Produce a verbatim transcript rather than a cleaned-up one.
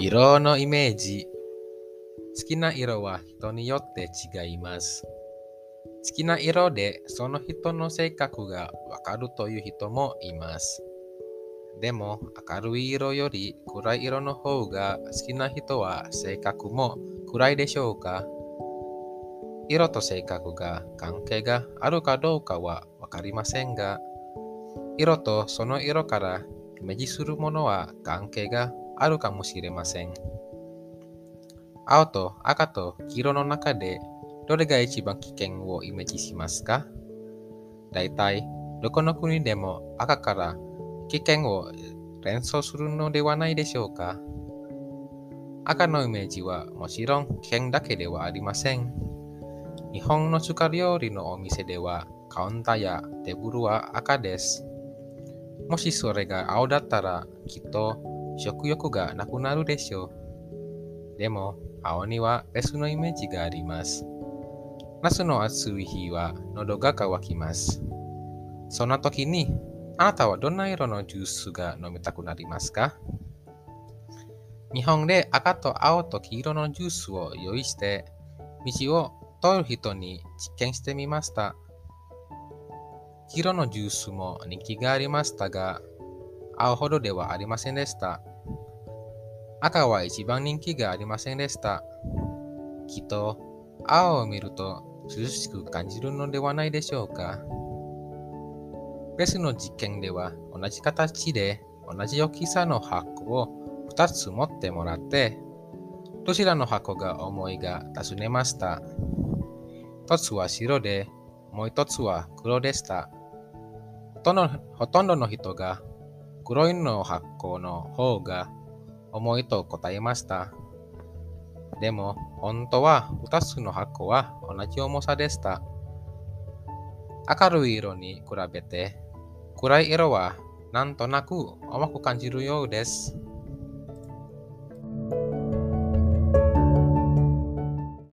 色のイメージ。好きな色は人によって違います。好きな色でその人の性格がわかるという人もいます。でも明るい色より暗い色の方が好きな人は性格も暗いでしょうか？色と性格が関係があるかどうかはわかりませんが、色とその色からイメージするものは関係があるかもしれません。青と赤と黄色の中でどれが一番危険をイメージしますか？だいたいどこの国でも赤から危険を連想するのではないでしょうか？赤のイメージはもちろん危険だけではありません。日本の中華料理のお店ではカウンターやテーブルは赤です。もしそれが青だったらきっと食欲がなくなるでしょう。でも青には別のイメージがあります。夏の暑い日は喉が渇きます。そんな時にあなたはどんな色のジュースが飲みたくなりますか？日本で赤と青と黄色のジュースを用意して道を通る人に実験してみました。黄色のジュースも人気がありましたが、青ほどではありませんでした。赤は一番人気がありませんでした。きっと青を見ると涼しく感じるのではないでしょうか。別の実験では同じ形で同じ大きさの箱をふたつ持ってもらって、どちらの箱が重いか尋ねました。一つは白で、もう一つは黒でした。ほとんどほとんどの人が黒いの箱の方が重いと答えました。でも本当はふたつの箱は同じ重さでした。明るい色に比べて暗い色はなんとなく重く感じるようです。